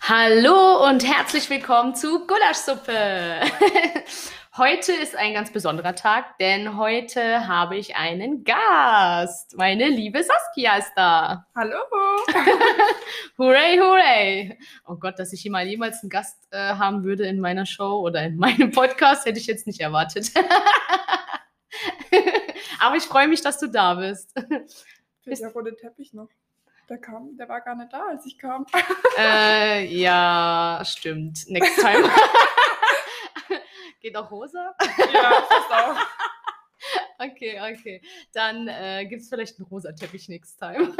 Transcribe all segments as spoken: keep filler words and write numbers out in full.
Hallo und herzlich willkommen zu Gulaschsuppe. Heute ist ein ganz besonderer Tag, denn heute habe ich einen Gast. Meine liebe Saskia ist da. Hallo! Hooray, hooray! Oh Gott, dass ich hier mal jemals einen Gast äh, haben würde in meiner Show oder in meinem Podcast, hätte ich jetzt nicht erwartet. Aber ich freue mich, dass du da bist. Fehlt der rote Teppich noch. Der kam, der war gar nicht da, als ich kam. Äh, ja, stimmt. Next time. Geht auch rosa? Ja, fast auch. Okay, okay. Dann äh, gibt es vielleicht einen rosa Teppich next time.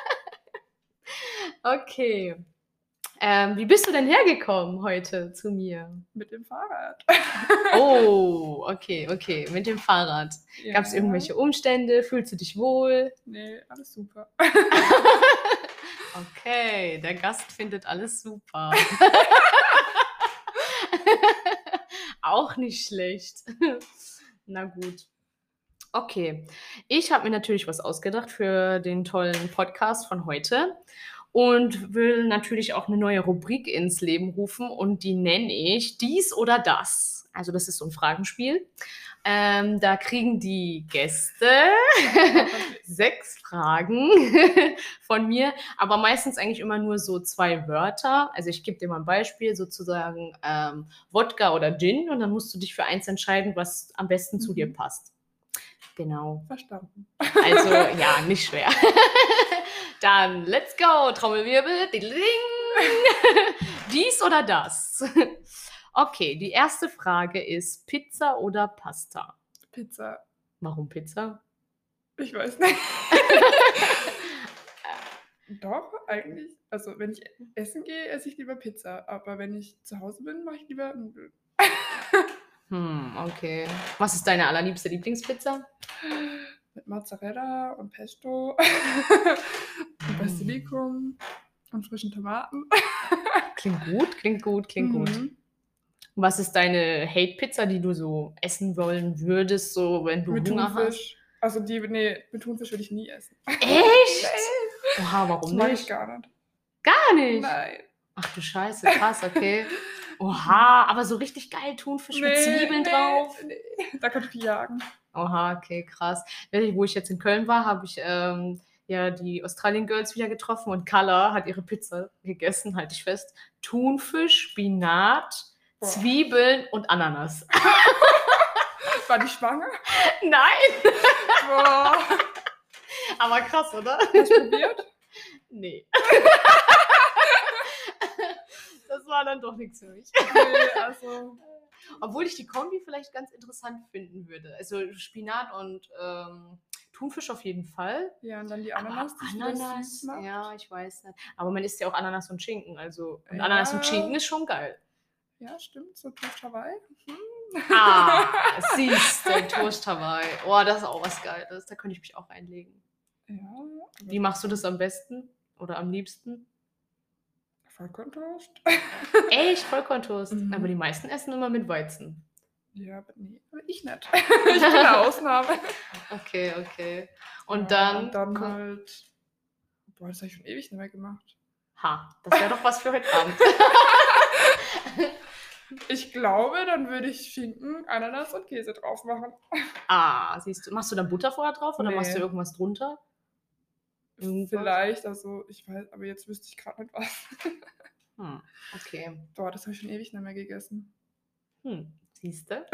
Okay. Ähm, wie bist du denn hergekommen heute zu mir? Mit dem Fahrrad. Oh, okay, okay. Mit dem Fahrrad. Ja. Gab es irgendwelche Umstände? Fühlst du dich wohl? Nee, alles super. Okay, der Gast findet alles super. Auch nicht schlecht. Na gut. Okay, ich habe mir natürlich was ausgedacht für den tollen Podcast von heute und will natürlich auch eine neue Rubrik ins Leben rufen und die nenne ich Dies oder Das. Also das ist so ein Fragenspiel. Ähm, da kriegen die Gäste sechs Fragen von mir, aber meistens eigentlich immer nur so zwei Wörter. Also ich gebe dir mal ein Beispiel, sozusagen ähm, Wodka oder Gin, und dann musst du dich für eins entscheiden, was am besten zu dir Mhm. passt. Genau. Verstanden. Also, ja, nicht schwer. Dann, let's go, Trommelwirbel. Ding. Dies oder das? Okay, die erste Frage ist Pizza oder Pasta? Pizza. Warum Pizza? Ich weiß nicht. Doch, eigentlich. Also, wenn ich essen gehe, esse ich lieber Pizza. Aber wenn ich zu Hause bin, mache ich lieber Nudeln. Hm, okay. Was ist deine allerliebste Lieblingspizza? Mit Mozzarella und Pesto und Basilikum und frischen Tomaten. Klingt gut, klingt gut, klingt gut. Mhm. Was ist deine Hate-Pizza, die du so essen wollen würdest, so wenn du Mit Hunger hast? Thunfisch. Also die, nee, mit Thunfisch würde ich nie essen. Echt? Nee. Oha, Das warum mag nicht? ich gar nicht. Gar nicht? Nein. Ach du Scheiße, krass, okay. Oha, aber so richtig geil Thunfisch mit Zwiebeln nee, drauf. Nee. Da könnte ich mich jagen. Oha, okay, krass. Wo ich jetzt in Köln war, habe ich ähm, ja die Australian Girls wieder getroffen und Carla hat ihre Pizza gegessen, halte ich fest. Thunfisch, Spinat, Boah. Zwiebeln und Ananas. War die schwanger? Nein! Boah. Aber krass, oder? Hast du probiert? Nee. Das war dann doch nichts für mich. Nee, also. Obwohl ich die Kombi vielleicht ganz interessant finden würde. Also Spinat und ähm, Thunfisch auf jeden Fall. Ja, und dann die Ananas, Aber die Ananas, süß macht. ja, ich weiß nicht. Aber man isst ja auch Ananas und Schinken. Also, und Ja. Ananas und Schinken ist schon geil. Ja, stimmt, so Toast Hawaii. Hm. Ah, siehst du, Toast Hawaii. Oh, das ist auch was Geiles. Da könnte ich mich auch einlegen. Ja. Wie machst du das am besten? Oder am liebsten? Vollkorntoast. Echt? Vollkorntoast? Mhm. Aber die meisten essen immer mit Weizen. Ja, aber nee, aber ich nicht. Ich bin eine Ausnahme. Okay, okay. Und Ja, dann? Und dann halt. Boah, das habe ich schon ewig nicht mehr gemacht. Ha, das wäre doch was für heute Abend. Ich glaube, dann würde ich Schinken, Ananas und Käse drauf machen. Ah, siehst du. Machst du dann Butter vorher drauf oder Nee. machst du irgendwas drunter? Irgendwas? Vielleicht, also ich weiß, aber jetzt wüsste ich gerade nicht was. Hm, okay. Boah, das habe ich schon ewig nicht mehr gegessen. Hm, siehst du?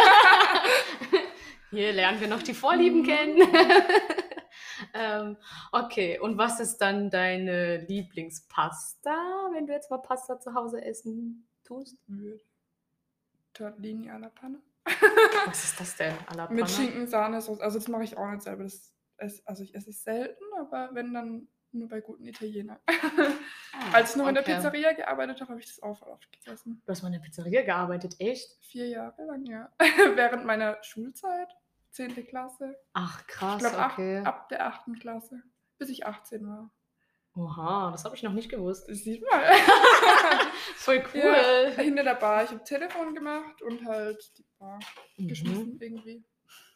Hier lernen wir noch die Vorlieben Mhm. kennen. ähm, okay, und was ist dann deine Lieblingspasta, wenn du jetzt mal Pasta zu Hause essen tust? Würde. Tortellini alla Panne. Was ist das denn? Alla Mit Panna? Schinken, Sahnesoße. Also das mache ich auch nicht selber. Das ess, also ich esse es selten, aber wenn dann nur bei guten Italienern. Ah, Als ich noch in der okay. Pizzeria gearbeitet habe, habe ich das auch voll oft gegessen. Du hast mal in der Pizzeria gearbeitet, echt? Vier Jahre lang, ja. Während meiner Schulzeit, zehnte Klasse. Ach, krass, Ich glaube, okay. ab, ab der achten Klasse, bis ich achtzehn war. Oha, das habe ich noch nicht gewusst. Sieh mal. Voll cool. Ja, hinter der Bar. Ich habe Telefon gemacht und halt die Bar Mhm. geschmissen irgendwie.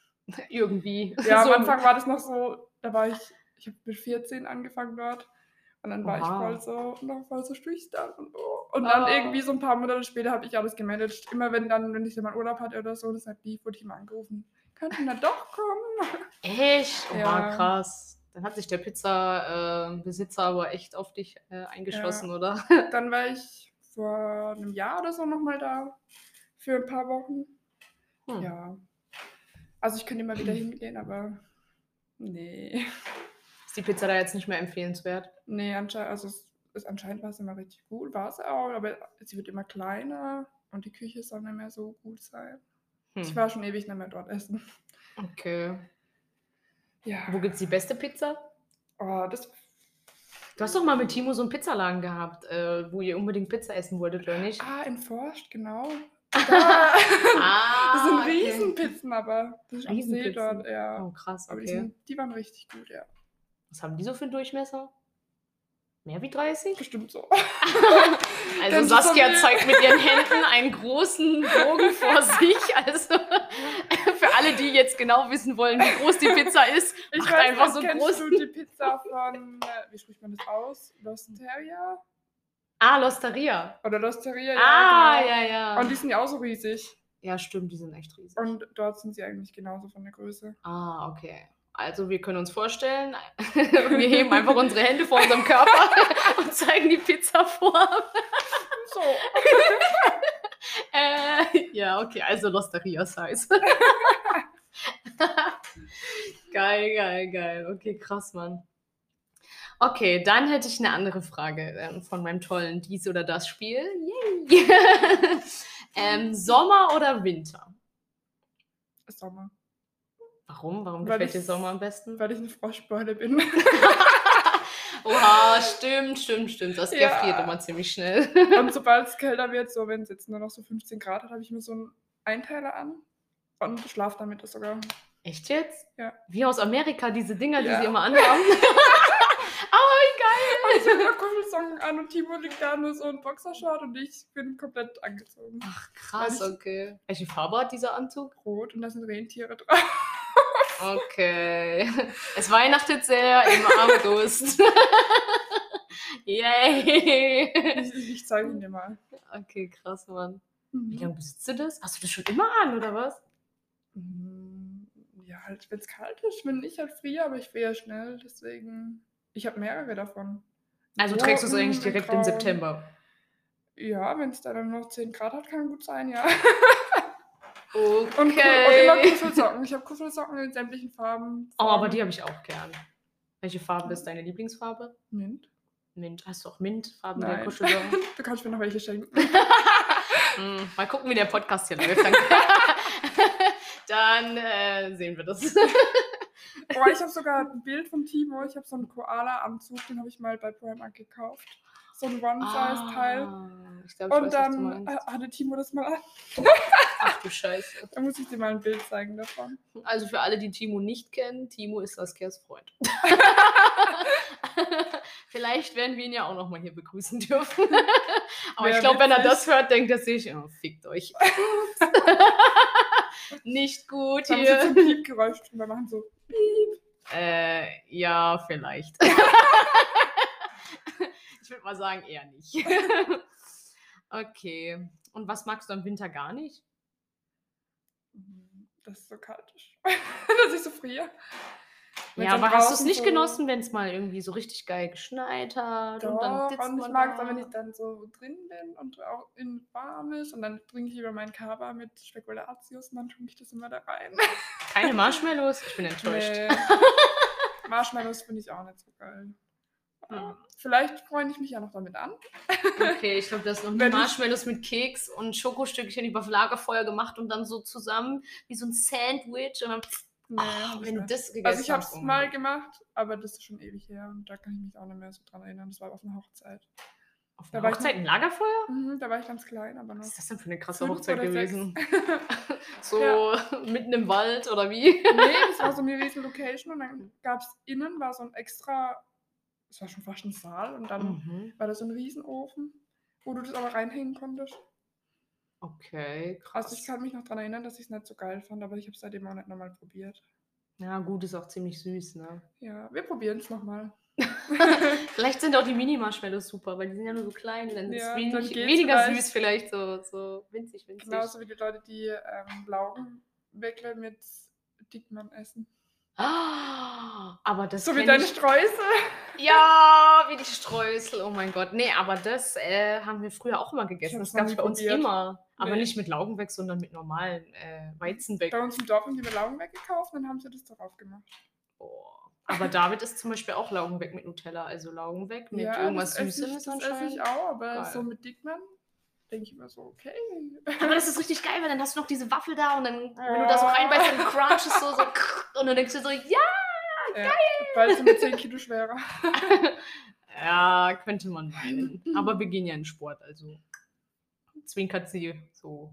Irgendwie. Ja, So- am Anfang war das noch so, da war ich, ich habe mit vierzehn angefangen dort Und dann war ich voll Oha. so noch voll so schüchtern und oh. Und dann irgendwie Oh. so ein paar Monate später habe ich alles gemanagt. Immer wenn dann wenn ich dann mal Urlaub hatte oder so, das halt lief, wurde ich immer angerufen: „Könnten wir doch kommen?" Echt? Oha, Ja, krass. Dann hat sich der Pizza äh, Besitzer aber echt auf dich, äh, eingeschossen, ja. oder? Dann war ich vor einem Jahr oder so noch mal da für ein paar Wochen. Hm. Ja. Also, ich könnte immer wieder hingehen, aber ne. Ist die Pizza da jetzt nicht mehr empfehlenswert? Ne, anschei also, es ist anscheinend war's immer richtig gut, war's auch, aber sie wird immer kleiner und die Küche soll nicht mehr so gut sein. Ich Hm, war schon ewig nicht mehr dort essen. okay. Wo Ja. gibt's die beste Pizza? Oh, das Du hast doch mal mit Timo so 'n Pizzaladen gehabt, äh, wo ihr unbedingt Pizza essen wolltet, oder nicht? ah, in Forst, genau. Da das sind Ah, okay. Riesenpizzen, aber das ist am See dort, Riesenpizzen. ja. Oh, krass, Aber die okay. sind die waren richtig gut, ja. Was haben die so für 'n Durchmesser? Mehr wie dreißig? Bestimmt so. Also, Denn so so Saskia wie zeigt mit ihren Händen einen großen Bogen vor sich. Also, für alle, die jetzt genau wissen wollen, wie groß die Pizza ist, ich macht weiß einfach nicht, so kennst groß. du die Pizza von, äh, wie spricht man das aus? L'Osteria? Ah, L'Osteria. Oder L'Osteria, ja, Ah, genau. ja, Und die ja. sind ja auch so riesig. Ja, stimmt, die sind echt riesig. Und dort sind sie eigentlich genauso von der Größe. Ah, okay. Also, wir können uns vorstellen, wir heben einfach unsere Hände vor unserem Körper und zeigen die Pizzaform. So. Äh, ja, okay, also L'Osteria-Size. Geil, geil, geil. Okay, krass, Mann. Okay, dann hätte ich eine andere Frage, ähm, von meinem tollen Dies oder das Spiel. Yay! Ähm, Sommer oder Winter? Sommer. Warum? Warum Weil gefällt ich dir Sommer am besten? weil ich 'ne Froschbeule bin. Oha, stimmt, stimmt, stimmt. Saskia friert Ja. immer ziemlich schnell. Und sobald's kälter wird, so wenn's jetzt nur noch so fünfzehn Grad hat, habe ich mir so 'n Einteiler an und schlafe damit sogar. Echt jetzt? Ja. Wie aus Amerika, diese Dinger, die sie Ja. immer anhaben? Aber wie Und ich habe geil! immer Kuschelsocken an und Timo liegt da nur so in Boxershort und ich bin komplett angezogen. Ach, Weil krass, ich okay. Welche Farbe hat dieser Anzug? rot und da sind Rentiere drauf. Okay. Es weihnachtet sehr im August. Yay! Ich ich ich zeige ihn dir mal. Okay, krass, Mann. Wie Mhm. lange besitzt du das? Hast du das schon immer an, oder was? Hm, ja, halt, wenn's kalt ist, wenn ich halt friere, aber ich friere ja schnell, deswegen ich habe mehrere davon. 'N Also trägst du's eigentlich roten, 'n direkt im grauen. September? Ja, wenn's da dann noch zehn Grad hat, kann gut sein, ja. Und Ku und immer Okay. Kuschelsocken. Ich habe Kuschelsocken in sämtlichen Farben Oh, aber von die habe ich auch gern. Welche Farbe ist deine Lieblingsfarbe? Mint? Mint. Hast du auch mintfarbene Nein. Kuschelsocken? Du kannst mir noch welche schenken. Hm, mal gucken, wie der Podcast hier läuft. Dann, dann äh, sehen wir das. Boah, ich habe sogar 'n Bild von Timo. Ich habe so 'n Koala-Anzug, den habe ich mal bei Primark gekauft. So 'n One-Size-Teil. Ah, ich glaube, ich Und weiß, was du dann meinst. ha hatte Timo das mal an. Ach du Scheiße. Da muss ich dir mal 'n Bild zeigen davon. Also für alle, die Timo nicht kennen, Timo ist Saskias Freund. Vielleicht werden wir ihn ja auch noch mal hier begrüßen dürfen. Aber ich Wäre glaube, wenn er witzig. das hört, denkt er sich: „Oh, fickt euch." Nicht gut Da muss jetzt so 'n hier. Piepgeräusch drüber machen, so. Äh, ja, vielleicht. Ich würde mal sagen, eher nicht. Okay. Und was magst du im Winter gar nicht? Hm, dass es so kalt ist. Dass ich so friere. Wenn's Ja, dann aber hast du's draußen nicht so genossen, wenn's mal irgendwie so richtig geil geschneit hat und dann Doch, sitzt und ich man mag's dann, wenn ich da? dann so drin bin und auch in warm ist und dann trinke ich lieber meinen Kaba mit Spekulatius und dann tunke ich das immer da rein. Keine Marshmallows? Ich bin enttäuscht. Ne. Marshmallows finde ich auch nicht so geil. Hm. Ah, vielleicht freunde ich mich ja noch damit an. Okay, ich glaube, du hast noch nie Wenn ich Marshmallows mit Keks und Schokostückchen übers Lagerfeuer gemacht und dann so zusammen wie so 'n Sandwich und dann Ne, oh, habe ich wenn du nicht. das gegessen Also, ich habe hast, es oh mein mal Gott. gemacht, aber das ist schon ewig her und da kann ich mich auch nicht mehr so dran erinnern. Das war auf 'ner Hochzeit. Auf Da einer war ich Hochzeit noch 'n Lagerfeuer? mhm, da war ich ganz klein, aber Was noch ist das denn für 'ne krasse fünf Hochzeit oder sechs. gewesen? Ja. So mitten im Wald oder wie? Ne, das war so 'ne riesen Location und dann gab's innen war so 'n extra es war schon fast 'n Saal und dann Mhm. war da so 'n Riesenofen, wo du das aber reinhängen konntest. Okay, Also, ich krass. kann mich noch dran erinnern, dass ich's nicht so geil fand, aber ich habe es seitdem auch nicht noch mal probiert. Ja, gut, ist auch ziemlich süß, ne? Ja, wir probieren es nochmal. Vielleicht sind auch die Mini-Marshmallows super, weil die sind ja nur so klein, dann ist es Ja, wenig, dann geht's weniger vielleicht. süß vielleicht, so, so winzig, winzig. Genauso wie die Leute, die ähm, Laugenweckle mit Dickmann essen. Ah, aber das So wie kenn deine ich. Streusel. Ja, wie die Streusel, oh mein Gott. Nee, aber das äh, haben wir früher auch immer gegessen. hab's Das noch gab's nie bei uns probiert. immer. Aber Nee. nicht mit Laugengebäck, sondern mit normalen äh, Weizengebäck. Bei uns im Dorf haben die mir Laugenweck gekauft, dann haben sie das darauf gemacht. Oh. Aber David isst zum Beispiel auch Laugengebäck mit Nutella. Also Laugengebäck mit Ja, irgendwas das esse Süßem ich, ist das esse anscheinend. ich auch, aber Geil. so mit Dickmann denke ich immer so, okay. Aber das ist richtig geil, weil dann hast du noch diese Waffel da und dann, wenn du da so reinbeißt, dann crunch ist so, so und dann denkst du so, ja, Ja, geil. bald sind wir zehn Kilo schwerer. Ja, könnte man meinen. Aber wir gehen ja in Sport, also zwinkert sie so.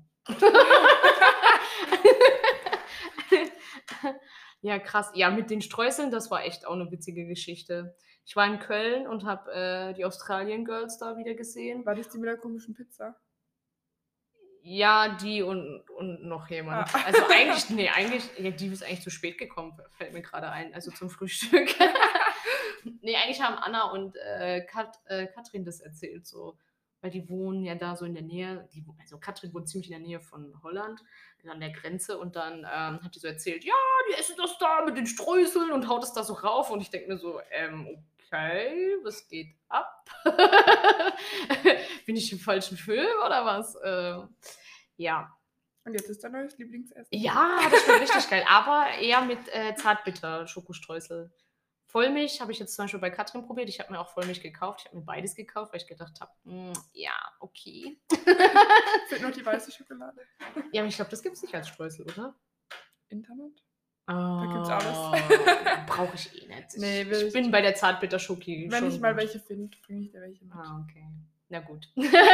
Ja, krass. Ja, mit den Streuseln, das war echt auch eine witzige Geschichte. Ich war in Köln und habe äh, die Australien Girls da wieder gesehen. War das die mit der komischen Pizza? Ja, die und, und noch jemand. Ah. Also eigentlich, nee, eigentlich, ja, die ist eigentlich zu spät gekommen, fällt mir gerade ein, also zum Frühstück. Nee, eigentlich haben Anna und äh, Kat, äh, Katrin das erzählt, so, weil die wohnen ja da so in der Nähe, die, also Katrin wohnt ziemlich in der Nähe von Holland, an der Grenze, und dann ähm, hat die so erzählt, ja, die essen das da mit den Streuseln und haut es da so rauf, und ich denke mir so, ähm, okay, was geht ab? Bin ich im falschen Film oder was? Äh, ja. Und jetzt ist dein neues Lieblingsessen? Ja, das schmeckt richtig geil, aber eher mit äh, Zartbitter-Schokostreusel. Vollmilch habe ich jetzt zum Beispiel bei Katrin probiert. Ich habe mir auch Vollmilch gekauft. Ich habe mir beides gekauft, weil ich gedacht habe, ja, okay. Fehlt noch die weiße Schokolade. Ja, aber ich glaube, das gibt es nicht als Streusel, oder? Internet? Oh, Da gibt's alles. Brauche ich eh nicht. Ich, Nee, will ich ich bin nicht. bei der Zartbitter-Schoki. Wenn schon ich mal gut. welche finde, bringe ich dir welche mit. Ah, okay. Na gut.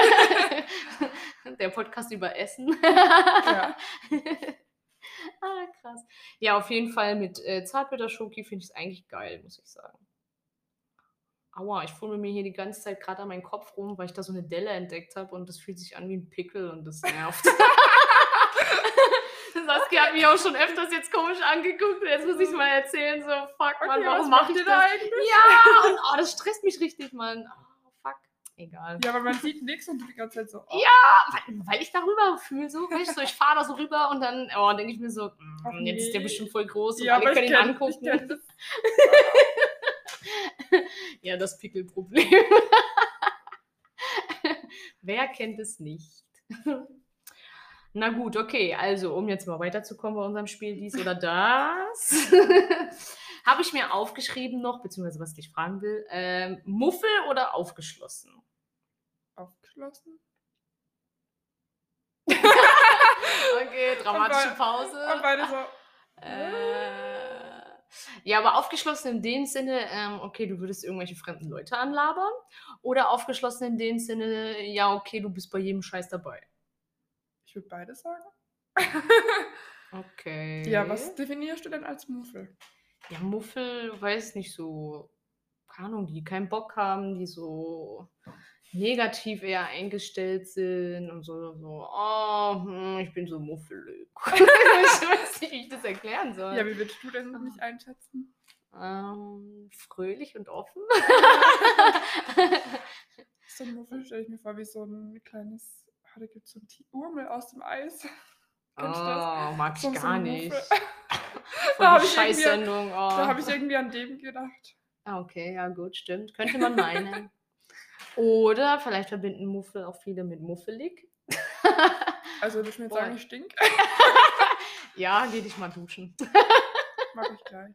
Der Podcast über Essen. Ja. Ah, krass. Ja, auf jeden Fall mit äh, Zartbitter-Schoki finde ich es eigentlich geil, muss ich sagen. Aua, ich fummel mir hier die ganze Zeit gerade an meinen Kopf rum, weil ich da so eine Delle entdeckt habe und das fühlt sich an wie ein Pickel und das nervt. Saskia hat mich auch schon öfters jetzt komisch angeguckt und jetzt muss ich es mal erzählen, so, fuck, Mann, Okay, warum was mache macht ich ihr das? da eigentlich? Ja, und oh, das stresst mich richtig, Mann. Oh, fuck, egal. Ja, aber man sieht nichts und du die ganze Zeit so. Oh. Ja, weil, weil ich darüber fühle, so, weißt du, so, ich fahre da so rüber und dann, oh, denke ich mir so, mm, Ach jetzt ist der nee. bestimmt voll groß und Ja, alle aber können ich ihn kenn- angucken. ich kenn das. Ja, das Pickelproblem. Wer kennt es nicht? Na gut, okay, also um jetzt mal weiterzukommen bei unserem Spiel dies oder das, habe ich mir aufgeschrieben noch, beziehungsweise was ich dich fragen will, ähm, Muffel oder aufgeschlossen? Aufgeschlossen? Okay, dramatische Und Pause. Und beide so. Äh, ja, aber aufgeschlossen in dem Sinne, ähm, okay, du würdest irgendwelche fremden Leute anlabern, oder aufgeschlossen in dem Sinne, ja, okay, du bist bei jedem Scheiß dabei. Ich würde beides sagen. Okay. Ja, was definierst du denn als Muffel? Ja, Muffel, weiß nicht, so, keine Ahnung, die keinen Bock haben, die so negativ eher eingestellt sind und so, so oh, hm, ich bin so muffelig. Ich weiß nicht, wie ich das erklären soll. Ja, wie würdest du denn mich einschätzen? Ähm, fröhlich und offen. So ein Muffel stelle ich mir vor wie so ein kleines, ah, da gibt es so ein Ti- Urmel aus dem Eis. Kennst du das? Oh, mag ich So- so gar ein nicht. Muffel. Voll hab die ich irgendwie- Scheißsendung. Oh. Da habe ich irgendwie an dem gedacht. Ah, okay, ja gut, stimmt. Könnte man meinen. Oder vielleicht verbinden Muffel auch viele mit muffelig. Also würdest du mir jetzt Boah. sagen, ich stink? Ja, geh dich mal duschen. Mach ich gleich.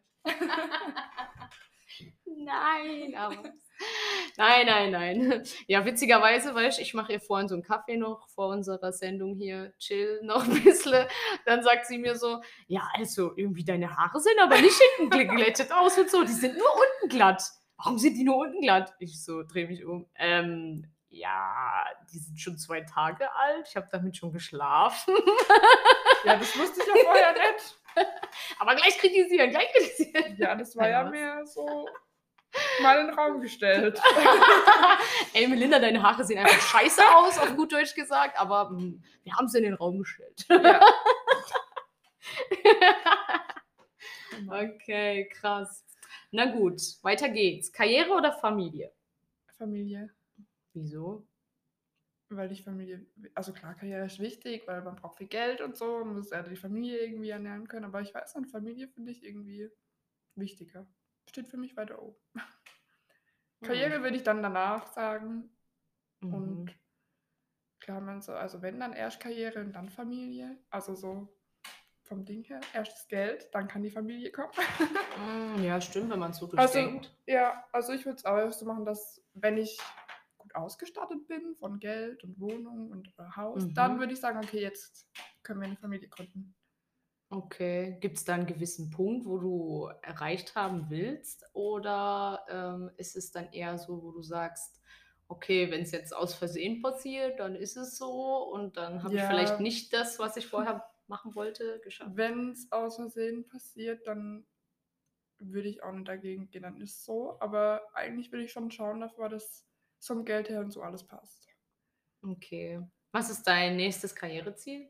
Nein, aber. Nein, nein, nein. Ja, witzigerweise, weißt du, ich mache ihr vorhin so einen Kaffee noch vor unserer Sendung hier, chill noch ein bisschen. Dann sagt sie mir so, ja, also irgendwie deine Haare sehen aber nicht hinten geglättet aus und so, die sind nur unten glatt. Warum sind die nur unten glatt? Ich so, dreh mich um. Ähm, ja, die sind schon zwei Tage alt, ich habe damit schon geschlafen. Ja, das wusste ich ja vorher nicht. Aber gleich kritisieren, gleich kritisieren. Ja, das war Ja, ja was? mehr so mal in den Raum gestellt. Ey, Melinda, deine Haare sehen einfach scheiße aus, auf gut Deutsch gesagt, aber mh, wir haben sie in den Raum gestellt. Ja. Immer. Okay, krass. Na gut, weiter geht's. Karriere oder Familie? Familie. Wieso? Weil ich Familie, also klar, Karriere ist wichtig, weil man braucht viel Geld und so und muss ja die Familie irgendwie ernähren können. Aber ich weiß nicht, Familie finde ich irgendwie wichtiger. Steht für mich weiter oben. Karriere würde ich dann danach sagen. Mhm. Und klar, man so, also wenn dann erst Karriere und dann Familie. Also so vom Ding her, erst das Geld, dann kann die Familie kommen. Mm, Ja, stimmt, wenn man es so Also, durchdenkt. ja, also ich würde es auch so machen, dass wenn ich gut ausgestattet bin von Geld und Wohnung und äh, Haus, Mhm. dann würde ich sagen, okay, jetzt können wir eine Familie gründen. Okay. Gibt es da einen gewissen Punkt, wo du erreicht haben willst? Oder ähm, ist es dann eher so, wo du sagst, okay, wenn es jetzt aus Versehen passiert, dann ist es so und dann habe ich vielleicht Ja, nicht das, was ich vorher machen wollte, geschafft? wenn es aus Versehen passiert, dann würde ich auch nicht dagegen gehen, dann ist es so. Aber eigentlich will ich schon schauen davor, dass es vom Geld her und so alles passt. Okay. Was ist dein nächstes Karriereziel?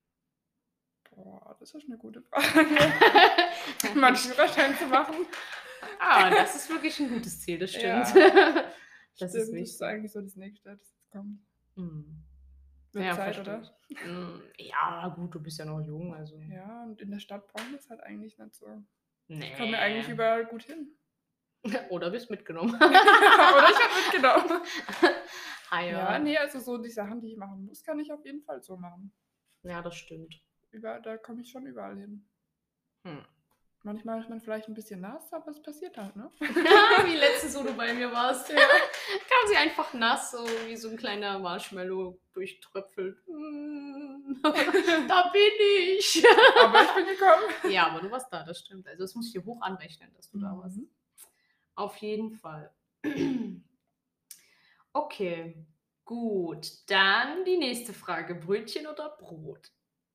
Boah, das ist eine gute Frage. Mal einen Führerschein zu machen. Ah, das ist wirklich ein gutes Ziel, das stimmt. Ja. Das Stimmt, ist das wichtig. ist eigentlich so das Nächste, das jetzt kommt. Hm. Wird Ja, Zeit, verstehe oder? ich. Hm, Ja, gut, du bist ja noch jung, also. Ja, und in der Stadt brauchen wir es halt eigentlich nicht so. Nee. Ich komme ja eigentlich überall gut hin. Oder bist mitgenommen. Oder ich habe mitgenommen. Ah, Ja, ja. nee, also so die Sachen, die ich machen muss, kann ich auf jeden Fall so machen. Ja, das stimmt. Überall, da komme ich schon überall hin. Hm. Manchmal ist man vielleicht ein bisschen nass, aber es passiert halt, ne? Wie letztens, wo du bei mir warst. Ja. Kam sie einfach nass, so wie so ein kleiner Marshmallow durchtröpfelt. Hm, Da bin ich. Aber ich bin gekommen. Ja, aber du warst da, das stimmt. Also das muss ich dir hoch anrechnen, dass du da warst. Mhm. Auf jeden Fall. Okay, gut. Dann die nächste Frage. Brötchen oder Brot?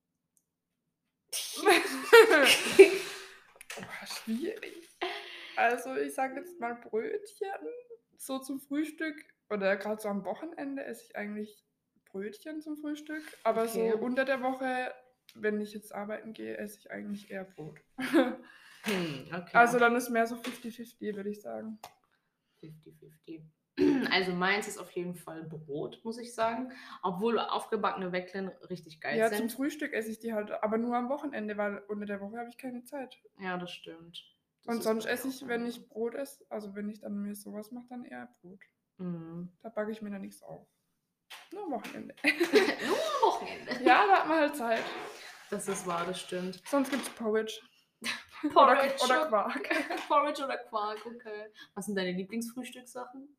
Boah, schwierig. Also ich sage jetzt mal Brötchen. So zum Frühstück oder gerade so am Wochenende esse ich eigentlich Brötchen zum Frühstück. Aber Okay. so unter der Woche, wenn ich jetzt arbeiten gehe, esse ich eigentlich eher Brot. Hm, okay. Also dann ist mehr so fünfzig fünfzig, würde ich sagen. fünfzig fünfzig. Also meins ist auf jeden Fall Brot, muss ich sagen. Obwohl aufgebackene Wecklen richtig geil Ja, zum sind. Frühstück esse ich die halt, aber nur am Wochenende, weil unter der Woche habe ich keine Zeit. Ja, das stimmt. Das Und ist sonst bei mir esse auch ich, so. wenn ich Brot esse, also wenn ich dann mir sowas mache, dann eher Brot. Mhm. Da backe ich mir dann nichts auf. Nur am Wochenende. Nur am Wochenende. Ja, da hat man halt Zeit. Das ist wahr, das stimmt. Sonst gibt es Porridge. Porridge Oder, oder Quark. Porridge oder Quark, okay. Was sind deine Lieblingsfrühstückssachen?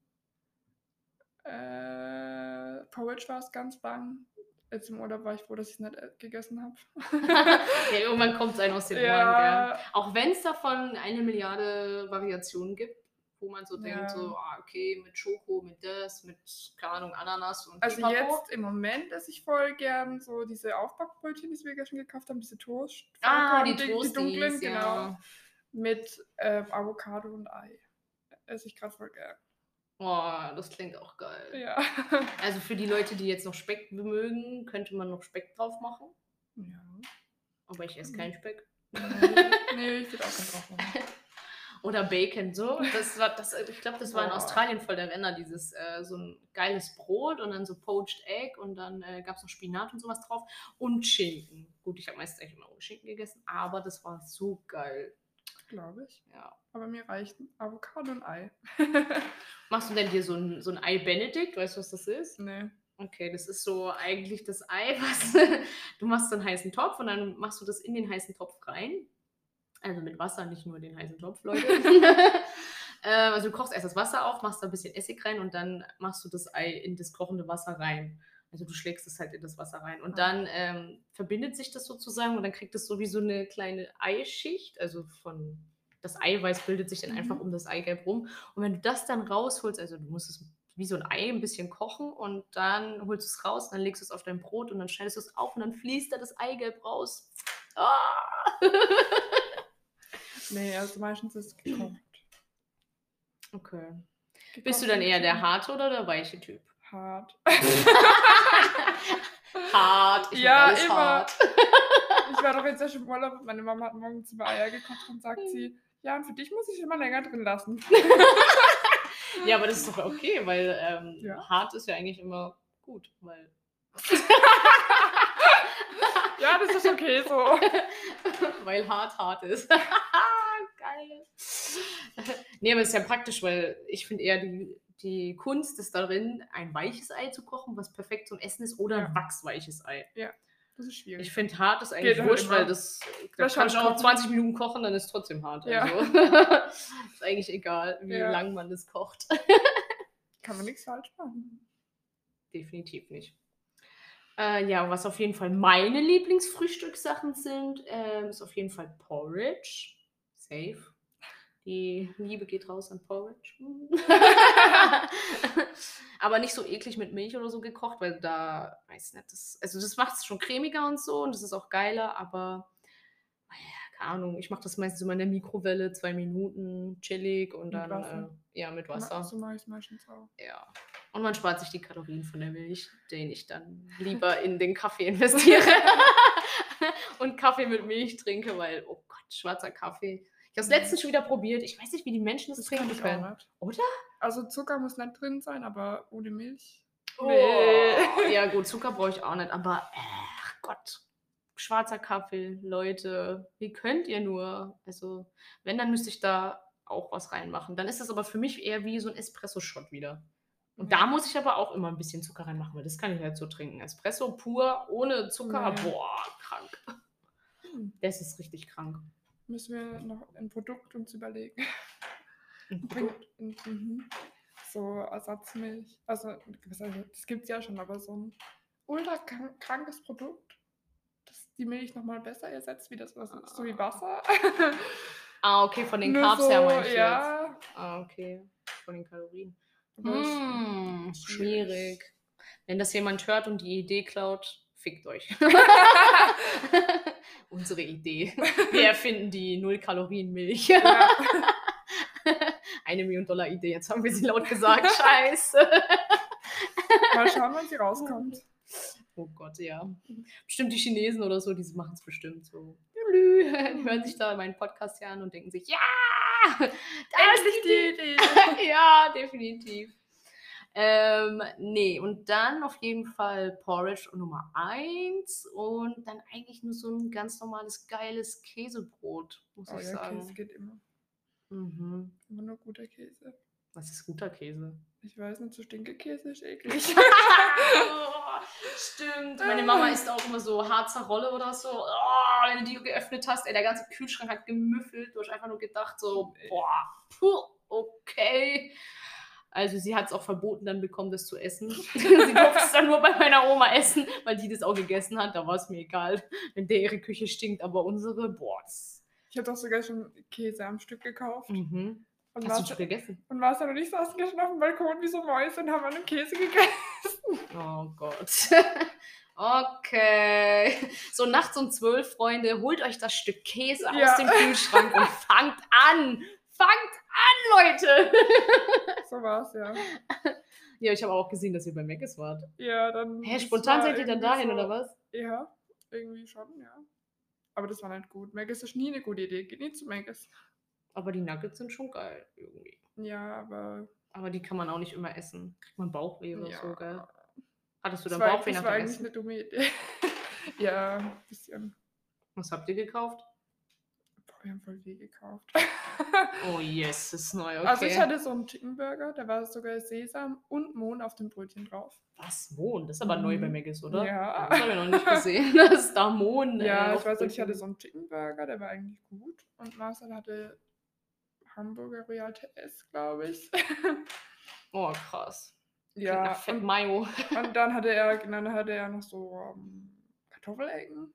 Äh, Porridge war es ganz bang. Jetzt im Urlaub war ich froh, dass ich es nicht äh, gegessen habe. Ja, irgendwann kommt es einem aus den Ohren, Ja. gell? Auch wenn es davon eine Milliarde Variationen gibt, wo man so Ja. denkt, so, ah, okay, mit Schoko, mit das, mit, keine Ahnung, Ananas und Also Pipapo. jetzt im Moment esse ich voll gern so diese Aufbackbrötchen, die wir gestern gekauft haben, diese Toast. Ah, die die, Toasties, die dunklen, ja. genau. Mit äh, Avocado und Ei. Esse ich gerade voll gern. Oh, das klingt auch geil. Ja. Also für die Leute, die jetzt noch Speck mögen, könnte man noch Speck drauf machen. Ja. Aber ich esse keinen Speck. Nee, ich würde auch keinen drauf machen. Oder Bacon, so. Das war, das, ich glaube, das war in Boah. Australien voll der Renner, dieses äh, so ein geiles Brot und dann so Poached Egg und dann äh, gab es noch Spinat und sowas drauf und Schinken. Gut, ich habe meistens eigentlich immer ohne Schinken gegessen, aber das war so geil. Glaube ich. Ja. Aber mir reicht ein Avocado und Ei. Machst du denn dir so ein, so ein Ei Benedict? Weißt du, was das ist? Nee. Okay, das ist so eigentlich das Ei, was du machst so einen heißen Topf und dann machst du das in den heißen Topf rein. Also mit Wasser, nicht nur den heißen Topf, Leute. äh, also du kochst erst das Wasser auf, machst da ein bisschen Essig rein und dann machst du das Ei in das kochende Wasser rein. Also du schlägst es halt in das Wasser rein. Und Ah. dann ähm, verbindet sich das sozusagen und dann kriegt es so wie so eine kleine Eischicht. Also von das Eiweiß bildet sich dann Mhm. einfach um das Eigelb rum. Und wenn du das dann rausholst, also du musst es wie so ein Ei ein bisschen kochen und dann holst du es raus, dann legst du es auf dein Brot und dann schneidest du es auf und dann fließt da das Eigelb raus. Ah! Nee, also meistens ist es gekocht. Okay. Gekocht Bist du dann und eher der geschnitten. harte oder der weiche Typ? Hart. Hart. Ich Ja, mag alles immer. hart. Ich war doch jetzt ja schon im Urlaub und meine Mama hat morgens zwei Eier gekocht und sagt sie, ja, und für dich muss ich immer länger drin lassen. Ja, aber das ist doch okay, weil ähm, Ja. hart ist ja eigentlich immer gut, weil... Ja, das ist okay so. Weil hart hart ist. Geil. Nee, aber es ist ja praktisch, weil ich finde eher die, die Kunst ist darin, ein weiches Ei zu kochen, was perfekt zum Essen ist, oder Ja. ein wachsweiches Ei. Ja, das ist schwierig. Ich finde hart ist eigentlich Geht halt wurscht, immer. weil das, da Das kann ich kann auch kochen. zwanzig Minuten kochen, dann ist es trotzdem hart. Ja. Also. Ist eigentlich egal, wie Ja. lang man das kocht. Kann man nichts falsch machen. Definitiv nicht. Äh, ja, was auf jeden Fall meine Lieblingsfrühstückssachen sind, ähm, ist auf jeden Fall Porridge. Safe. Die Liebe geht raus an Porridge. Aber nicht so eklig mit Milch oder so gekocht, weil da, weiß nicht, das, also das macht es schon cremiger und so und das ist auch geiler, aber ja, keine Ahnung, ich mache das meistens immer in der Mikrowelle, zwei Minuten, chillig und Mit dann, Wasser? äh, ja, mit Wasser. So mache ich es meistens auch. Ja. Und man spart sich die Kalorien von der Milch, den ich dann lieber in den Kaffee investiere und Kaffee mit Milch trinke, weil, oh Gott, schwarzer Kaffee. Ich habe es letztens schon wieder probiert. Ich weiß nicht, wie die Menschen das, Das trinken kann ich können. auch nicht. Oder? Also Zucker muss nicht drin sein, aber ohne Milch. Oh, Nee. ja gut, Zucker brauche ich auch nicht, aber ach Gott, schwarzer Kaffee, Leute, wie könnt ihr nur? Also, wenn, dann müsste ich da auch was reinmachen. Dann ist das aber für mich eher wie so ein Espresso-Shot wieder. Und Ja. da muss ich aber auch immer ein bisschen Zucker reinmachen, weil das kann ich halt so trinken. Espresso pur, ohne Zucker, Nee. boah, krank. Hm. Das ist richtig krank. Müssen wir noch ein Produkt uns überlegen. Ein Produkt. Mhm. So Ersatzmilch. Also, was heißt das? Das gibt es ja schon, aber so ein ultra krank- krankes Produkt, das die Milch nochmal besser ersetzt, wie das was ist, so wie Wasser. Ah, okay, von den Nur Carbs so, her meinst du ja. jetzt? Ah, okay, von den Kalorien. Aber es- Hm, schwierig. schwierig. Wenn das jemand hört und die Idee klaut, fickt euch. Unsere Idee. Wir erfinden die Null-Kalorien-Milch. Ja. Eine Million Dollar Idee, jetzt haben wir sie laut gesagt. Scheiße. Mal schauen, wann sie rauskommt. Oh Gott, ja. Bestimmt die Chinesen oder so, die machen es bestimmt so. Die hören sich da meinen Podcast hier an und denken sich, ja, da ist die Idee. Ja, definitiv. Ähm, nee, und dann auf jeden Fall Porridge Nummer eins und dann eigentlich nur so ein ganz normales, geiles Käsebrot, muss Oh ich ja, sagen. Käse geht immer. Mhm. Immer nur guter Käse. Was ist guter Käse? Ich weiß nicht, so Stinkekäse ist eklig. Oh, stimmt. Meine Mama isst auch immer so Harzer Rolle oder so. Oh, wenn du die geöffnet hast, ey, der ganze Kühlschrank hat gemüffelt. Du hast einfach nur gedacht so, boah, puh, okay. Also sie hat es auch verboten dann bekommen, das zu essen. Sie durfte es dann nur bei meiner Oma essen, weil die das auch gegessen hat. Da war es mir egal, wenn der ihre Küche stinkt. Aber unsere, boah. das- Ich habe doch sogar schon Käse am Stück gekauft. Mhm. Und Hast du Marcel, schon gegessen? und Marcel und ich saßen gestern auf dem Balkon wie so Mäuse und haben an dem Käse gegessen. Oh Gott. Okay. So nachts um zwölf, Freunde, holt euch das Stück Käse Ja. aus dem Kühlschrank und fangt an. Fangt an, Leute. So war's, ja. Ja, ich habe auch gesehen, dass ihr bei Mc's wart. Ja, dann. Hä, das spontan war seid ihr dann irgendwie dahin, so, oder was? Ja, irgendwie schon, ja. Aber das war nicht gut. Maggis ist nie eine gute Idee. Geht nie zu Maggis. Aber die Nuggets sind schon geil, irgendwie. Ja, aber. Aber die kann man auch nicht immer essen. Kriegt man Bauchweh oder Ja. so, gell? Hattest du Das dann war, Bauchweh das nach war dem eigentlich Essen? eine dumme Idee. Ja, ein bisschen. Was habt ihr gekauft? Boah, wir haben voll viel gekauft. Oh yes, das ist neu, okay. Also ich hatte so einen Chicken Burger, da war sogar Sesam und Mohn auf dem Brötchen drauf. Was, Mohn? Das ist aber neu bei Mhm. Mc's, oder? Ja. Das habe ich noch nicht gesehen, dass da Mohn Ja, äh, ich weiß nicht, ich Brötchen- hatte so einen Chicken Burger, der war eigentlich gut. Und Marcel hatte Hamburger Royal T S, glaube ich. Oh, krass. Klingt Ja, nach Fett und, Mayo. und dann hatte er, dann hatte er noch so ähm, Kartoffelecken.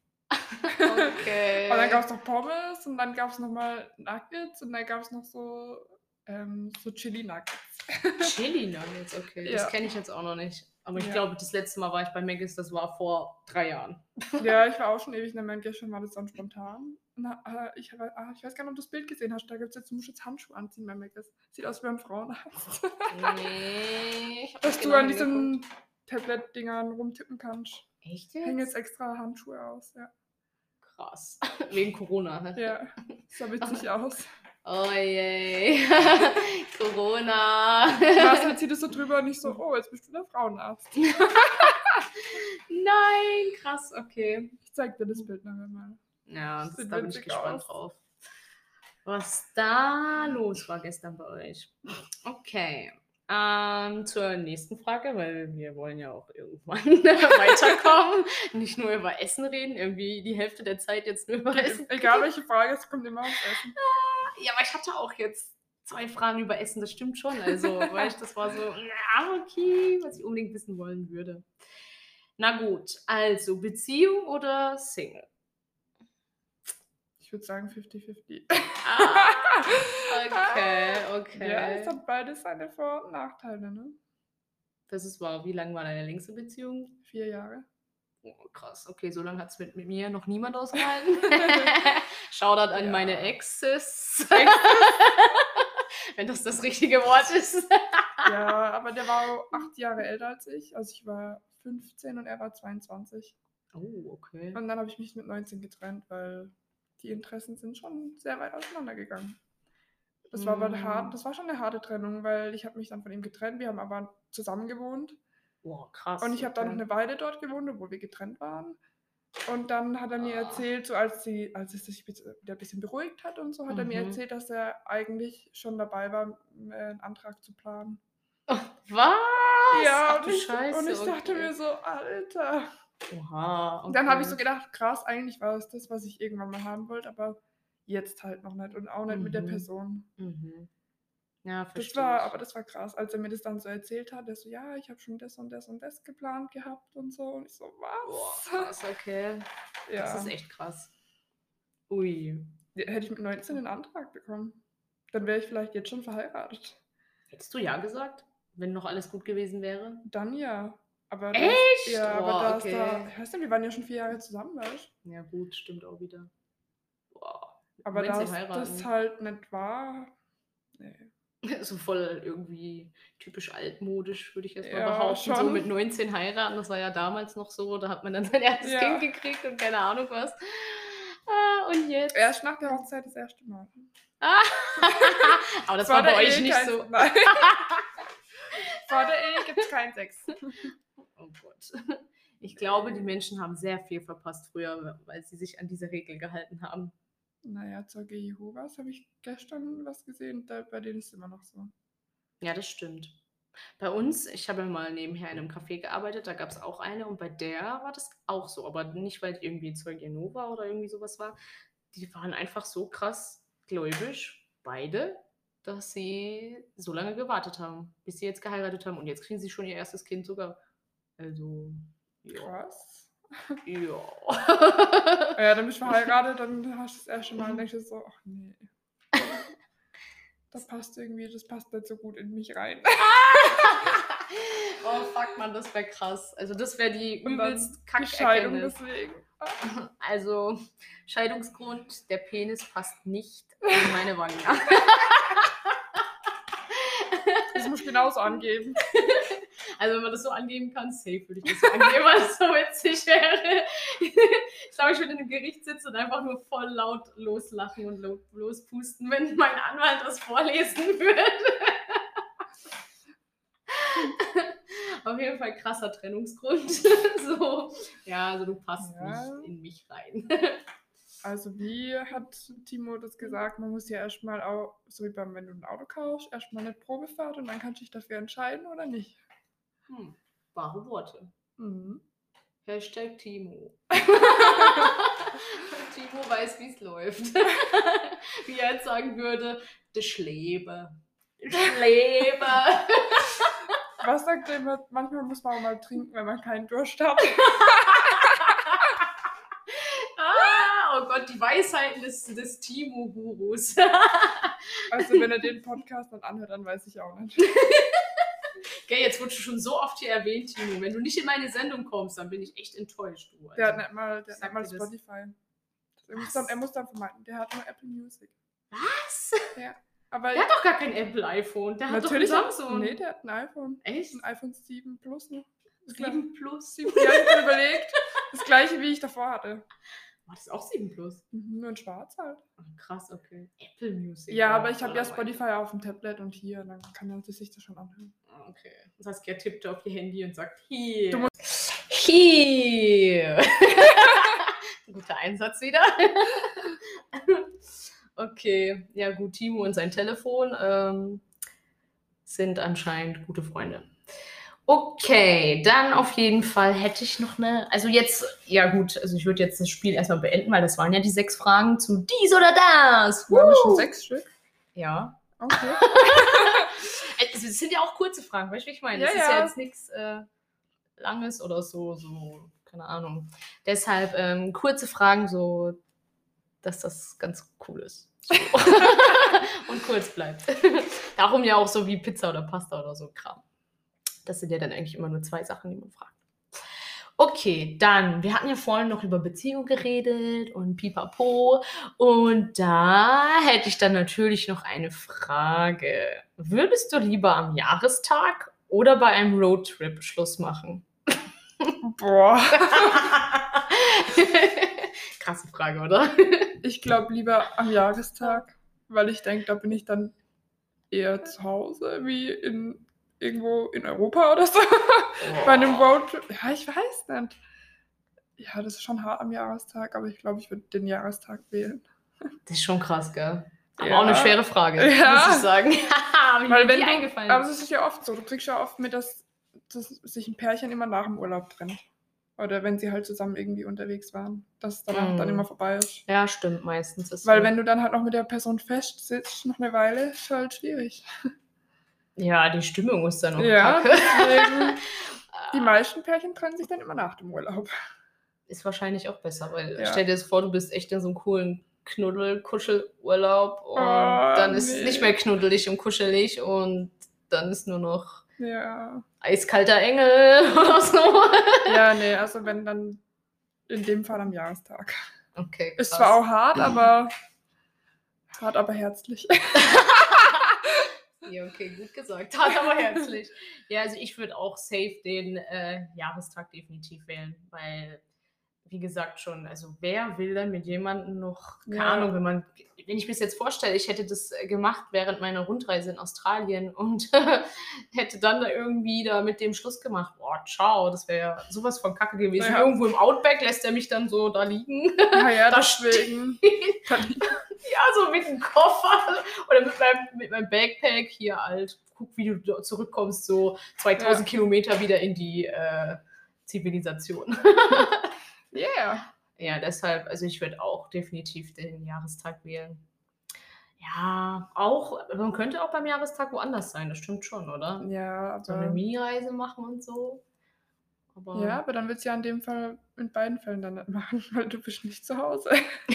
Okay. Und dann gab es noch Pommes und dann gab es nochmal Nuggets und dann gab es noch so, ähm, so Chili Nuggets. Chili Nuggets, okay. Ja. Das kenne ich jetzt auch noch nicht. Aber ich Ja. glaube, das letzte Mal war ich bei Mc's, das war vor drei Jahren. Ja, ich war auch schon ewig, dann gestern war das dann spontan. Na, äh, ich, ah, ich weiß gar nicht, ob du das Bild gesehen hast. Da gibt es jetzt, du musst jetzt Handschuhe anziehen bei Mc's. Sieht aus wie beim Frauenarzt. Nee, ich hab Dass nicht du genau an diesen hingeguckt. Tablet-Dingern rumtippen kannst. Echt Hängen jetzt jetzt? extra Handschuhe aus, ja. Krass. Wegen Corona. Ne? Ja, sah witzig aus. Oh je. Corona. Marcel zieht es so drüber und nicht so, oh, jetzt bist du der Frauenarzt. Nein, krass, okay. Ich zeig dir das Bild nachher mal. Ja, das, Sieht da bin ich witzig gespannt aus. drauf. Was da los war gestern bei euch. Okay. Ähm, zur nächsten Frage, weil wir wollen ja auch irgendwann weiterkommen. Nicht nur über Essen reden, irgendwie die Hälfte der Zeit jetzt nur über Essen. Egal welche Frage, es kommt immer aufs Essen. Ja, aber ich hatte auch jetzt zwei Fragen über Essen, das stimmt schon. Also, weil ich, das war so, ja, okay, was ich unbedingt wissen wollen würde. Na gut, also Beziehung oder Single? Ich würde sagen fifty fifty. Ah, okay, okay. Ja, es hat beides seine Vor- und Nachteile, ne? Das ist wahr. Wie lange war deine längste Beziehung? Vier Jahre. Oh, krass. Okay, so lange hat es mit, mit mir noch niemand ausgehalten. Shoutout an Ja. meine Exes. Wenn das das richtige Wort ist. Ja, aber der war acht Jahre älter als ich. Also ich war fünfzehn und er war zweiundzwanzig. Oh, okay. Und dann habe ich mich mit neunzehn getrennt, weil die Interessen sind schon sehr weit auseinandergegangen. Das war aber Mm. hart, das war schon eine harte Trennung, weil ich habe mich dann von ihm getrennt. Wir haben aber zusammen gewohnt. Boah, krass. Und ich habe dann noch okay. eine Weile dort gewohnt, obwohl wir getrennt waren. Und dann hat er mir Ah. erzählt, so als, sie, als es sich wieder ein bisschen beruhigt hat und so, hat er mir Mhm. erzählt, dass er eigentlich schon dabei war, äh, einen Antrag zu planen. Was? Ja, Ach und du ich, Scheiße. und ich dachte okay. mir so, Alter. Oha, okay. Und dann habe ich so gedacht, krass, eigentlich war es das, was ich irgendwann mal haben wollte, aber jetzt halt noch nicht und auch nicht mit der Mhm. Person. Mhm. Ja, Das verstehe war, ich. aber das war krass, als er mir das dann so erzählt hat, er so, ja, ich habe schon das und das und das geplant gehabt und so. Und ich so, Boah, was? krass, okay. Ja, Das ist echt krass. Ui. hätte ich mit neunzehn einen Antrag bekommen, dann wäre ich vielleicht jetzt schon verheiratet. Hättest du ja gesagt, wenn noch alles gut gewesen wäre? Dann ja. Aber Echt? Das, ja, aber Boah, da ist okay. da, ich weiß nicht, wir waren ja schon vier Jahre zusammen, weißt du? Ja gut, stimmt auch wieder. Boah. Aber neunzehn da heiraten. das halt nicht war, nee. So voll irgendwie typisch altmodisch, würde ich jetzt mal Ja, behaupten. So schon. mit neunzehn heiraten, das war ja damals noch so, da hat man dann sein erstes Ja. Kind gekriegt und keine Ahnung was. Ah, und jetzt? Erst nach der Hochzeit das erste Mal. Ah. Aber das war Vor der bei euch Ehe nicht kein- so. Nein. Vor der Ehe gibt es keinen Sex. Oh Gott. Ich glaube, die Menschen haben sehr viel verpasst früher, weil sie sich an diese Regel gehalten haben. Naja, Zeuge Jehovas habe ich gestern was gesehen, da, bei denen ist es immer noch so. Ja, das stimmt. Bei uns, ich habe ja mal nebenher in einem Café gearbeitet, da gab es auch eine und bei der war das auch so, aber nicht, weil die irgendwie Zeuge Jehova oder irgendwie sowas war. Die waren einfach so krass gläubig, beide, dass sie so lange gewartet haben, bis sie jetzt geheiratet haben und jetzt kriegen sie schon ihr erstes Kind sogar. Also, ja. Krass. Ja. Ja, dann bist du verheiratet, dann hast du das erste Mal und denkst du so, ach nee. Das passt irgendwie, das passt nicht so gut in mich rein. Oh fuck, man, das wäre krass. Also das wäre die Und dann übelst die Scheidung Kackerkenntnis. deswegen. Also Scheidungsgrund, der Penis passt nicht in meine Wangen. Das muss ich genauso angeben. Also wenn man das so angeben kann, safe würde ich das so angeben, weil es so witzig wäre. Ich glaube, ich würde in einem Gericht sitzen und einfach nur voll laut loslachen und lo- lospusten, wenn mein Anwalt das vorlesen würde. Auf jeden Fall krasser Trennungsgrund. So, ja, also du passt Ja. nicht in mich rein. Also wie hat Timo das gesagt, man muss ja erstmal auch, so wie beim, wenn du ein Auto kaufst, erstmal eine Probefahrt und dann kannst du dich dafür entscheiden oder nicht. Hm, wahre Worte. Mhm. Hashtag Timo. Timo weiß, wie es läuft. Wie er jetzt sagen würde, de Schlebe. De Schlebe. Was sagt er immer? Manchmal muss man auch mal trinken, wenn man keinen Durst hat. Ah, oh Gott, die Weisheiten des, des Timo-Gurus. Also wenn er den Podcast dann anhört, dann weiß ich auch nicht. Gell, jetzt wurdest du schon so oft hier erwähnt, Timo. Wenn du nicht in meine Sendung kommst, dann bin ich echt enttäuscht. Du. Der hat Also, nicht mal, der hat Sagt nicht mal dir das? Spotify. Er muss, Was? dann, er muss dann vermeiden, der hat nur Apple Music. was? Ja. Aber Der hat doch gar kein Apple-iPhone. Der hat doch ein natürlich hat- Samsung. Nee, der hat ein iPhone. Echt? Ein iPhone sieben Plus noch. Das gleiche- sieben Plus. sieben, ja, ich habe überlegt. Das gleiche, wie ich davor hatte. War das auch sieben plus? Mhm, nur in schwarz halt. Oh, krass, okay. Apple Music. Ja, war aber ich habe ja voller Spotify auf dem Tablet und hier, dann kann er sich das schon anhören. mein- Okay. Saskia tippt auf ihr Handy und sagt, hier. Du hier. Guter Einsatz wieder. Okay, ja gut, Timo und sein Telefon ähm, sind anscheinend gute Freunde. Okay, dann auf jeden Fall hätte ich noch eine, also jetzt, ja gut, also ich würde jetzt das Spiel erstmal beenden, weil das waren ja die sechs Fragen zu dies oder das. Waren das schon Woo! sechs Stück? Ja. Okay. Also, es sind ja auch kurze Fragen, weißt du, wie ich meine? Ja, Es ist ja. ja jetzt nichts äh, Langes oder so, so, keine Ahnung. Deshalb ähm, kurze Fragen, so, dass das ganz cool ist. So. Und kurz bleibt. Darum ja auch so wie Pizza oder Pasta oder so Kram. Das sind ja dann eigentlich immer nur zwei Sachen, die man fragt. Okay, dann, wir hatten ja vorhin noch über Beziehung geredet und pipapo. Und da hätte ich dann natürlich noch eine Frage. Würdest du lieber am Jahrestag oder bei einem Roadtrip Schluss machen? Boah. Krasse Frage, oder? Ich glaube lieber am Jahrestag, weil ich denke, da bin ich dann eher zu Hause wie in irgendwo in Europa oder so. Bei einem Roadtrip. Ja, ich weiß nicht. Ja, das ist schon hart am Jahrestag, aber ich glaube, ich würde den Jahrestag wählen. Das ist schon krass, gell? Aber Ja. auch eine schwere Frage, Ja. muss ich sagen. Wie Weil mir wenn die du, eingefallen aber ist. es ist ja oft so, du kriegst ja oft mit, dass, dass sich ein Pärchen immer nach dem Urlaub trennt. Oder wenn sie halt zusammen irgendwie unterwegs waren, dass es danach Mm. dann immer vorbei ist. Ja, stimmt, meistens ist Weil so. wenn du dann halt noch mit der Person fest sitzt, noch eine Weile, ist halt schwierig. Ja, die Stimmung ist dann auch Ja, kacke. deswegen, die meisten Pärchen trennen sich dann immer nach dem Urlaub. Ist wahrscheinlich auch besser, weil Ja. stell dir das vor, du bist echt in so einem coolen Knuddel-Kuschelurlaub und Oh, dann ist es nee. nicht mehr knuddelig und kuschelig und dann ist nur noch Ja. eiskalter Engel oder so. Ja, nee, also wenn dann in dem Fall am Jahrestag. Okay, Ist krass. zwar auch hart, aber hart, aber herzlich. Ja, okay, gut gesagt. Hart, aber herzlich. Ja, also ich würde auch safe den äh, Jahrestag definitiv wählen, weil, wie gesagt schon, also wer will dann mit jemandem noch, keine Ja. Ahnung, wenn man, wenn ich mir das jetzt vorstelle, ich hätte das äh, gemacht während meiner Rundreise in Australien und hätte dann da irgendwie da mit dem Schluss gemacht, boah, ciao, das wäre ja sowas von Kacke gewesen. Ja. Irgendwo im Outback lässt er mich dann so da liegen. Naja, Da deswegen. Ja, so mit dem Koffer oder mit meinem, mit meinem Backpack hier halt. Guck, wie du da zurückkommst, so zweitausend Ja. Kilometer wieder in die äh, Zivilisation. Yeah. Ja, deshalb, also ich würde auch definitiv den Jahrestag wählen. Ja, auch, man könnte auch beim Jahrestag woanders sein, das stimmt schon, oder? Ja, So eine aber, Mini-Reise machen und so. Aber ja, aber dann willst du ja in dem Fall in beiden Fällen dann nicht machen, weil du bist nicht zu Hause.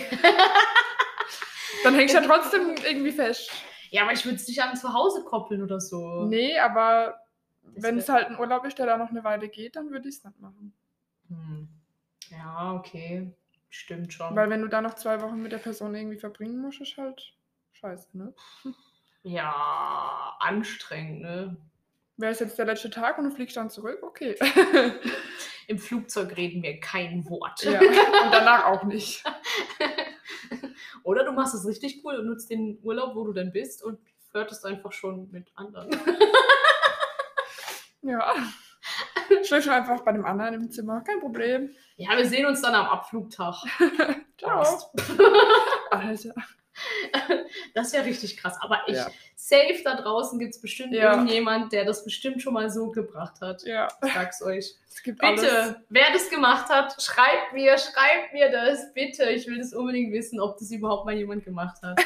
Dann hängst du ja trotzdem irgendwie fest. ja, aber ich würde es nicht an zu Hause koppeln oder so. Nee, aber Das wenn wär- es halt ein Urlaub ist, der da noch eine Weile geht, dann würde ich es nicht machen. Hm. Ja, okay. Stimmt schon. Weil wenn du da noch zwei Wochen mit der Person irgendwie verbringen musst, ist halt scheiße, ne? Ja, anstrengend, ne? Wäre es jetzt der letzte Tag und du fliegst dann zurück? Okay. Im Flugzeug reden wir kein Wort. Ja, und danach auch nicht. Oder du machst es richtig cool und nutzt den Urlaub, wo du dann bist und flirtest einfach schon mit anderen. Ja. Schläfst du einfach bei dem anderen im Zimmer, kein Problem. Ja, wir sehen uns dann am Abflugtag. Ciao. Alter. Das wäre richtig krass. Aber ich, Ja. safe da draußen gibt es bestimmt Ja. irgendjemand, der das bestimmt schon mal so gebracht hat. Ja, Ich sag's euch. es gibt Bitte, alles. wer das gemacht hat, schreibt mir, schreibt mir das, bitte. Ich will das unbedingt wissen, ob das überhaupt mal jemand gemacht hat.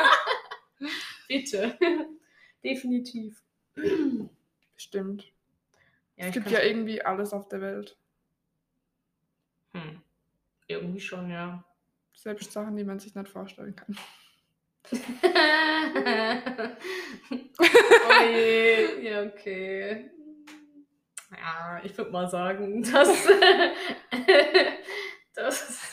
Bitte. Definitiv. Stimmt. Ja, Es ich gibt kann- ja irgendwie alles auf der Welt. Hm. Irgendwie schon, ja. Selbst Sachen, die man sich nicht vorstellen kann. Oh je. Ja, okay. Ja, ich würde mal sagen, dass, dass,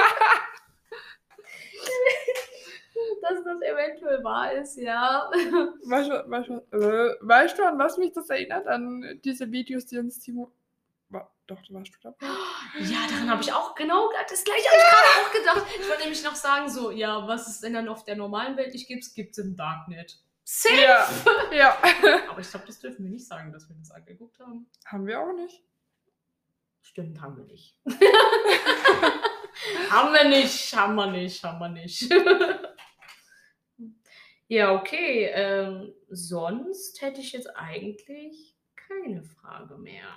dass das eventuell wahr ist, ja. Weißt du, weißt, du, äh, weißt du, an was mich das erinnert? An diese Videos, die uns Timo War, doch, du warst du dabei? Ja, daran habe ich auch genau das gleiche habe ich gerade auch gedacht. Ich wollte nämlich noch sagen, so, ja, was es denn dann auf der normalen Welt nicht gibt, gibt es im Darknet. Safe! Ja, ja. Aber ich glaube, das dürfen wir nicht sagen, dass wir das angeguckt haben. Haben wir auch nicht. Stimmt, haben wir nicht. Haben wir nicht, haben wir nicht, haben wir nicht. Ja, okay. Ähm, sonst hätte ich jetzt eigentlich keine Frage mehr.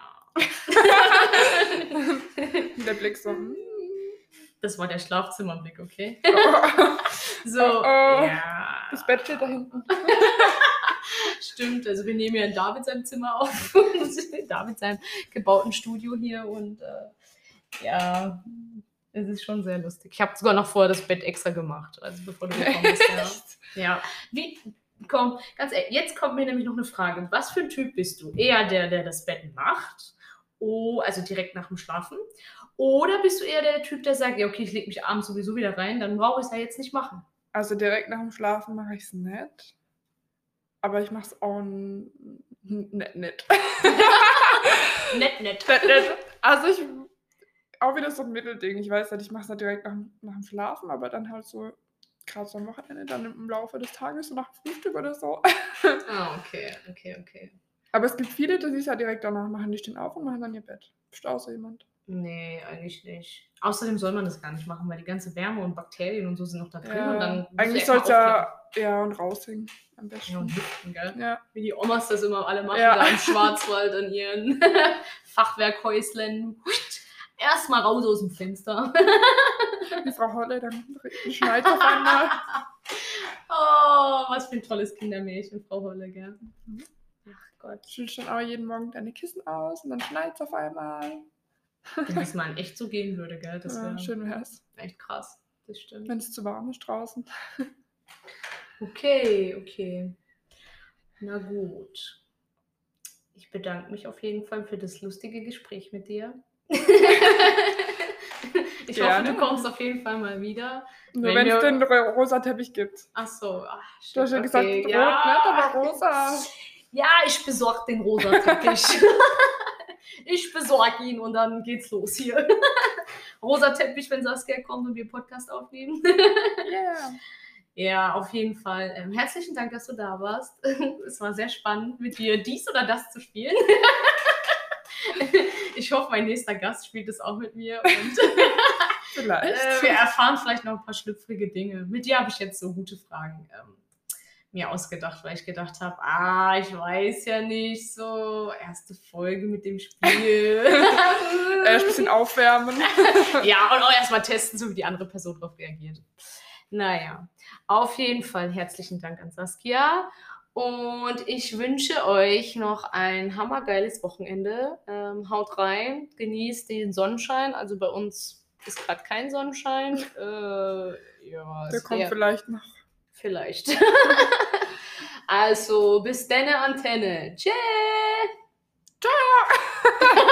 Der Blick so. hm. Das war der Schlafzimmerblick, okay? Oh, So, oh, oh. ja. Das Bett steht da hinten. Stimmt, also wir nehmen ja in David seinem Zimmer auf. In David seinem gebauten Studio hier und äh, ja, es ist schon sehr lustig. Ich habe sogar noch vorher das Bett extra gemacht, also bevor du gekommen bist. Ja. Ja. Wie, komm, ganz ehrlich, jetzt kommt mir nämlich noch eine Frage. Was für ein Typ bist du? Eher der, der das Bett macht, oh, also direkt nach dem Schlafen? Oder bist du eher der Typ, der sagt, ja okay, ich lege mich abends sowieso wieder rein, dann brauche ich es ja jetzt nicht machen? Also direkt nach dem Schlafen mache ich es nicht. Aber ich mache es auch n- nett, nett. Nett, nett. nett, nett. Also ich, auch wieder so ein Mittelding. Ich weiß nicht, ich mache es nicht direkt nach, dem- nach dem Schlafen, aber dann halt so, gerade so am Wochenende, dann im Laufe des Tages, so nach dem Frühstück oder so. Ah, okay, okay, okay. Aber es gibt viele, die es ja direkt danach machen. Die stehen auf und machen dann ihr Bett. Bist du auch so jemand? Nee, eigentlich nicht. Außerdem soll man das gar nicht machen, weil die ganze Wärme und Bakterien und so sind noch da drin und dann musst du eigentlich erst soll mal es ja, ja und raushängen am besten. Ja, und hüpfen, gell? Ja. Wie die Omas das immer alle machen, Ja. da im Schwarzwald an ihren Fachwerkhäuslen. Erstmal raus aus dem Fenster. Die Frau Holle, dann schneit auf einmal. Oh, was für ein tolles Kindermärchen, Frau Holle, gell? Ach Gott. Schüttelst dann auch jeden Morgen deine Kissen aus und dann schneit es auf einmal. Wenn das mal in echt so gehen würde, gell? Das Ja, wäre schön wär's. echt krass. Das stimmt. Wenn es zu warm ist draußen. Okay, okay. Na gut. Ich bedanke mich auf jeden Fall für das lustige Gespräch mit dir. Ich Gerne. hoffe, du kommst auf jeden Fall mal wieder. Nur Wenn wenn es wir- den ro- rosa Teppich gibt. Ach so, ach, Du hast ja shit, gesagt, okay. rot, ja. nicht, aber rosa. Ja, ich besorge den rosa Teppich. Ich besorge ihn und dann geht's los hier. Rosa Teppich, wenn Saskia kommt und wir Podcast aufnehmen. Yeah. Ja, auf jeden Fall. Ähm, herzlichen Dank, dass du da warst. Es war sehr spannend, mit dir dies oder das zu spielen. Ich hoffe, mein nächster Gast spielt es auch mit mir. Und Vielleicht. äh, wir erfahren vielleicht noch ein paar schlüpfrige Dinge. Mit dir habe ich jetzt so gute Fragen ähm, mir ausgedacht, weil ich gedacht habe, ah, ich weiß ja nicht, so erste Folge mit dem Spiel. Erst ein bisschen aufwärmen. Ja, und auch erstmal testen, so wie die andere Person darauf reagiert. Naja, auf jeden Fall herzlichen Dank an Saskia. Und ich wünsche euch noch ein hammergeiles Wochenende. Ähm, haut rein, genießt den Sonnenschein. Also bei uns ist gerade kein Sonnenschein. Äh, ja, Der es kommt wär- vielleicht noch. vielleicht. Also, bis denne Antenne. Tschüss. Ciao.